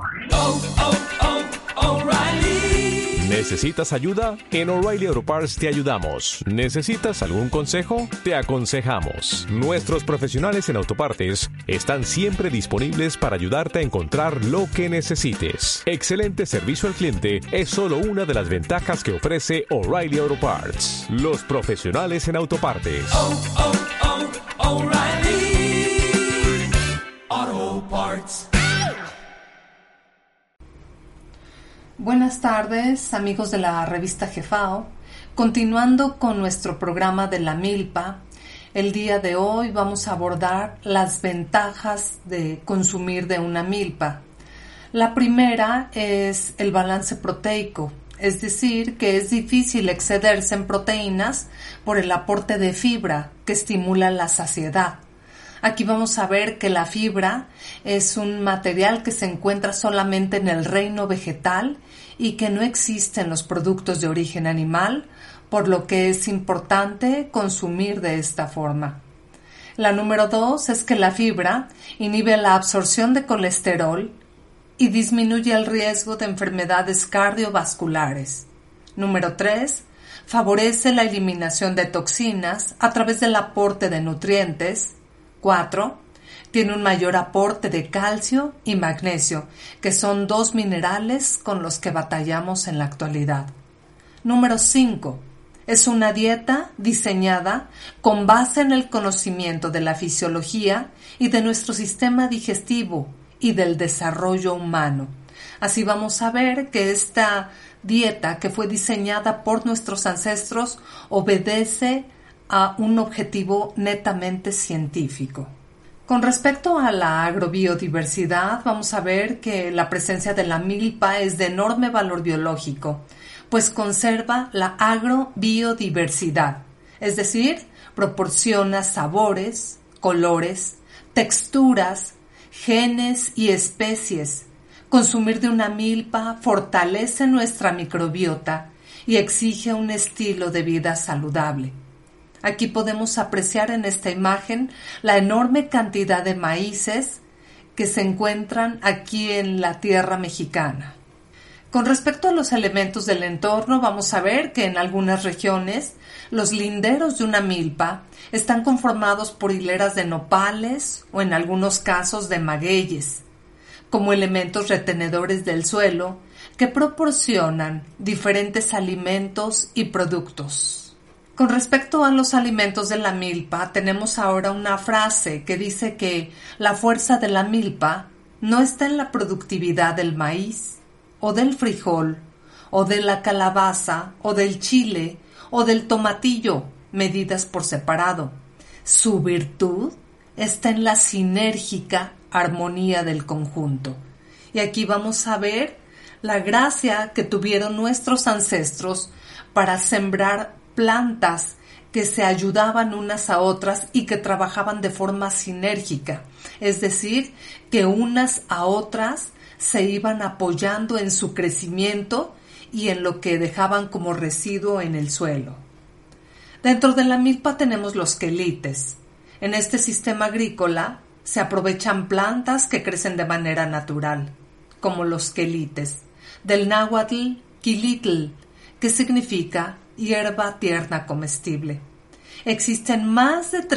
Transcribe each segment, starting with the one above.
O'Reilly. ¿Necesitas ayuda? En O'Reilly Auto Parts te ayudamos. ¿Necesitas algún consejo? Te aconsejamos. Nuestros profesionales en autopartes están siempre disponibles para ayudarte a encontrar lo que necesites. Excelente servicio al cliente es solo una de las ventajas que ofrece O'Reilly Auto Parts. Los profesionales en autopartes. O'Reilly Auto Parts. Buenas tardes, amigos de la revista Jefao. Continuando con nuestro programa de la milpa, el día de hoy vamos a abordar las ventajas de consumir de una milpa. La primera es el balance proteico, es decir, que es difícil excederse en proteínas por el aporte de fibra que estimula la saciedad. Aquí vamos a ver que la fibra es un material que se encuentra solamente en el reino vegetal y que no existe en los productos de origen animal, por lo que es importante consumir de esta forma. La número 2 es que la fibra inhibe la absorción de colesterol y disminuye el riesgo de enfermedades cardiovasculares. Número 3, favorece la eliminación de toxinas a través del aporte de nutrientes. 4. Tiene un mayor aporte de calcio y magnesio, que son dos minerales con los que batallamos en la actualidad. Número 5. Es una dieta diseñada con base en el conocimiento de la fisiología y de nuestro sistema digestivo y del desarrollo humano. Así vamos a ver que esta dieta que fue diseñada por nuestros ancestros obedece a un objetivo netamente científico. Con respecto a la agrobiodiversidad, vamos a ver que la presencia de la milpa es de enorme valor biológico, pues conserva la agrobiodiversidad, es decir, proporciona sabores, colores, texturas, genes y especies. Consumir de una milpa fortalece nuestra microbiota y exige un estilo de vida saludable. Aquí podemos apreciar en esta imagen la enorme cantidad de maíces que se encuentran aquí en la tierra mexicana. Con respecto a los elementos del entorno, vamos a ver que en algunas regiones los linderos de una milpa están conformados por hileras de nopales o en algunos casos de magueyes, como elementos retenedores del suelo que proporcionan diferentes alimentos y productos. Con respecto a los alimentos de la milpa, tenemos ahora una frase que dice que la fuerza de la milpa no está en la productividad del maíz, o del frijol, o de la calabaza, o del chile, o del tomatillo, medidas por separado. Su virtud está en la sinérgica armonía del conjunto. Y aquí vamos a ver la gracia que tuvieron nuestros ancestros para sembrar plantas que se ayudaban unas a otras y que trabajaban de forma sinérgica, es decir, que unas a otras se iban apoyando en su crecimiento y en lo que dejaban como residuo en el suelo. Dentro de la milpa tenemos los quelites. En este sistema agrícola se aprovechan plantas que crecen de manera natural, como los quelites, del náhuatl quilitl, que significa hierba tierna comestible. Existen más de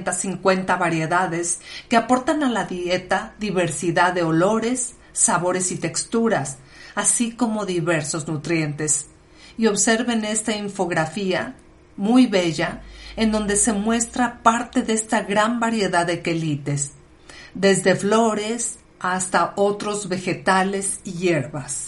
350 variedades que aportan a la dieta diversidad de olores, sabores y texturas, así como diversos nutrientes. Y observen esta infografía muy bella en donde se muestra parte de esta gran variedad de quelites, desde flores hasta otros vegetales y hierbas.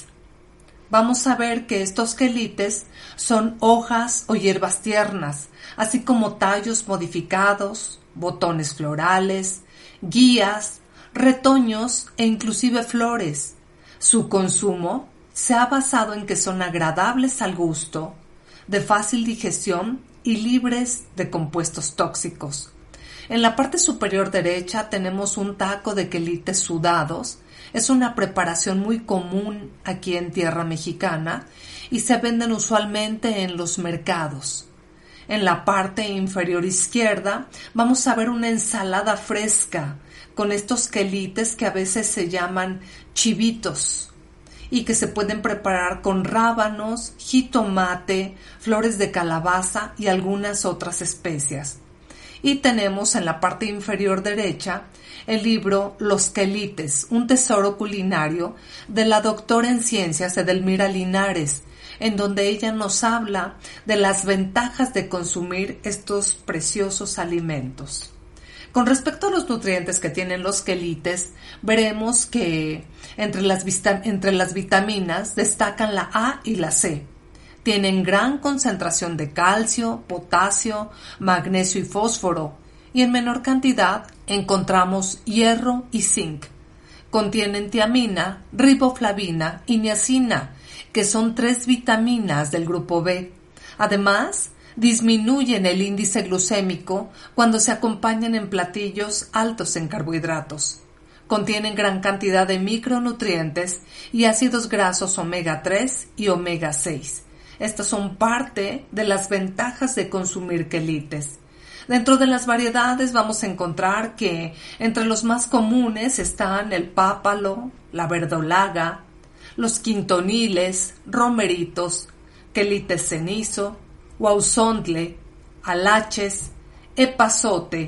Vamos a ver que estos quelites son hojas o hierbas tiernas, así como tallos modificados, botones florales, guías, retoños e inclusive flores. Su consumo se ha basado en que son agradables al gusto, de fácil digestión y libres de compuestos tóxicos. En la parte superior derecha tenemos un taco de quelites sudados. Es una preparación muy común aquí en tierra mexicana y se venden usualmente en los mercados. En la parte inferior izquierda vamos a ver una ensalada fresca con estos quelites que a veces se llaman chivitos y que se pueden preparar con rábanos, jitomate, flores de calabaza y algunas otras especias. Y tenemos en la parte inferior derecha el libro Los quelites, un tesoro culinario de la doctora en ciencias Edelmira Linares, en donde ella nos habla de las ventajas de consumir estos preciosos alimentos. Con respecto a los nutrientes que tienen los quelites, veremos que entre las vitaminas destacan la A y la C. Tienen gran concentración de calcio, potasio, magnesio y fósforo, y en menor cantidad encontramos hierro y zinc. Contienen tiamina, riboflavina y niacina, que son 3 vitaminas del grupo B. Además, disminuyen el índice glucémico cuando se acompañan en platillos altos en carbohidratos. Contienen gran cantidad de micronutrientes y ácidos grasos omega 3 y omega 6. Estas son parte de las ventajas de consumir quelites. Dentro de las variedades vamos a encontrar que entre los más comunes están el pápalo, la verdolaga, los quintoniles, romeritos, quelites cenizo, huauzontle, alaches, epazote,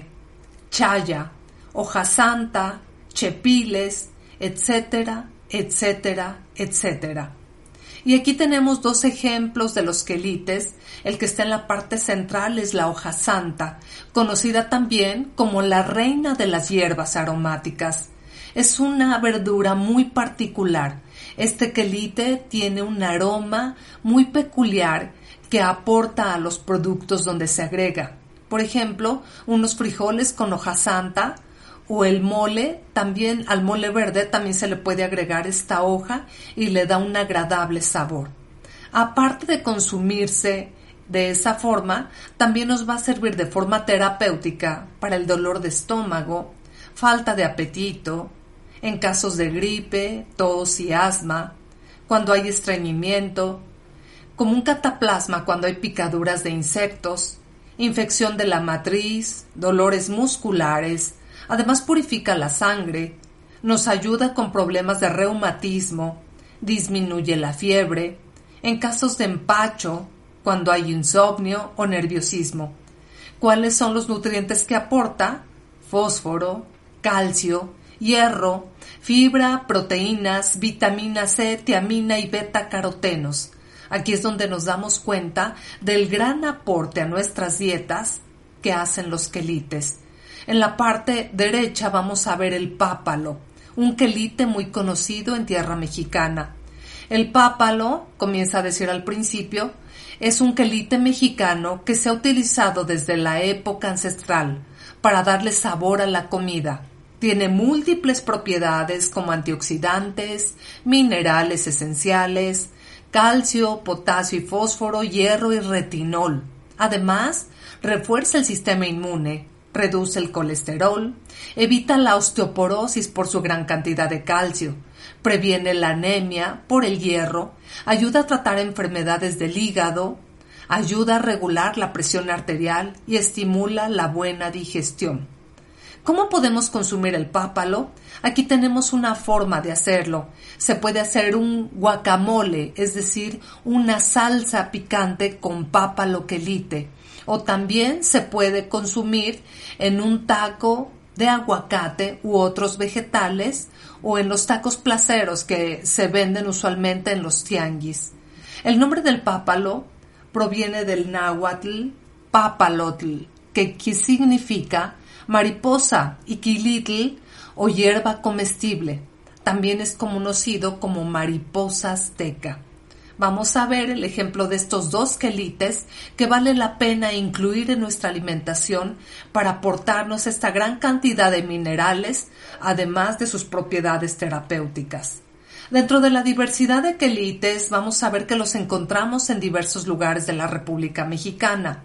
chaya, hoja santa, chepiles, etcétera, etcétera, etcétera. Y aquí tenemos 2 ejemplos de los quelites. El que está en la parte central es la hoja santa, conocida también como la reina de las hierbas aromáticas. Es una verdura muy particular. Este quelite tiene un aroma muy peculiar que aporta a los productos donde se agrega. Por ejemplo, unos frijoles con hoja santa o el mole, también al mole verde también se le puede agregar esta hoja y le da un agradable sabor. Aparte de consumirse de esa forma, también nos va a servir de forma terapéutica para el dolor de estómago, falta de apetito, en casos de gripe, tos y asma, cuando hay estreñimiento, como un cataplasma cuando hay picaduras de insectos, infección de la matriz, dolores musculares. Además purifica la sangre, nos ayuda con problemas de reumatismo, disminuye la fiebre, en casos de empacho, cuando hay insomnio o nerviosismo. ¿Cuáles son los nutrientes que aporta? Fósforo, calcio, hierro, fibra, proteínas, vitamina C, tiamina y beta-carotenos. Aquí es donde nos damos cuenta del gran aporte a nuestras dietas que hacen los quelites. En la parte derecha vamos a ver el pápalo, un quelite muy conocido en tierra mexicana. El pápalo, comienza a decir al principio, es un quelite mexicano que se ha utilizado desde la época ancestral para darle sabor a la comida. Tiene múltiples propiedades como antioxidantes, minerales esenciales, calcio, potasio y fósforo, hierro y retinol. Además, refuerza el sistema inmune, reduce el colesterol, evita la osteoporosis por su gran cantidad de calcio, previene la anemia por el hierro, ayuda a tratar enfermedades del hígado, ayuda a regular la presión arterial y estimula la buena digestión. ¿Cómo podemos consumir el pápalo? Aquí tenemos una forma de hacerlo. Se puede hacer un guacamole, es decir, una salsa picante con pápalo quelite. O también se puede consumir en un taco de aguacate u otros vegetales o en los tacos placeros que se venden usualmente en los tianguis. El nombre del pápalo proviene del náhuatl papalotl, que significa mariposa, y quilitl o hierba comestible. También es conocido como mariposa azteca. Vamos a ver el ejemplo de estos 2 quelites que vale la pena incluir en nuestra alimentación para aportarnos esta gran cantidad de minerales, además de sus propiedades terapéuticas. Dentro de la diversidad de quelites vamos a ver que los encontramos en diversos lugares de la República Mexicana.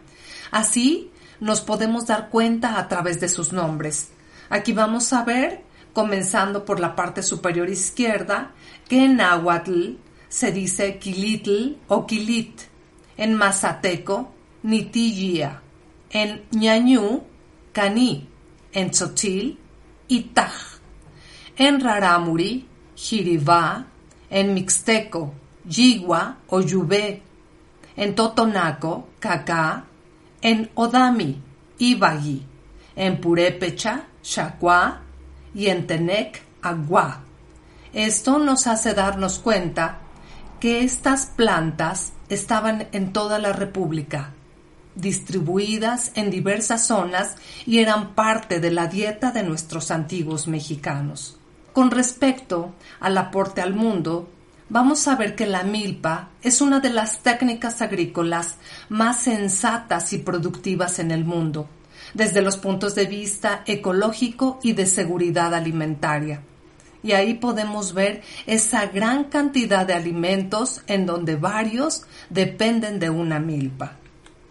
Así nos podemos dar cuenta a través de sus nombres. Aquí vamos a ver, comenzando por la parte superior izquierda, que en náhuatl se dice quilitl o quilit, en mazateco, nitilla, en ñañú, caní, en tzotzil, y taj. En rarámuri, jiribá. En mixteco, yigua o yubé. En totonaco, cacá. En odami, ibagui. En purépecha, xacuá. Y en tenec, aguá. Esto nos hace darnos cuenta que estas plantas estaban en toda la República, distribuidas en diversas zonas y eran parte de la dieta de nuestros antiguos mexicanos. Con respecto al aporte al mundo, vamos a ver que la milpa es una de las técnicas agrícolas más sensatas y productivas en el mundo, desde los puntos de vista ecológico y de seguridad alimentaria. Y ahí podemos ver esa gran cantidad de alimentos en donde varios dependen de una milpa.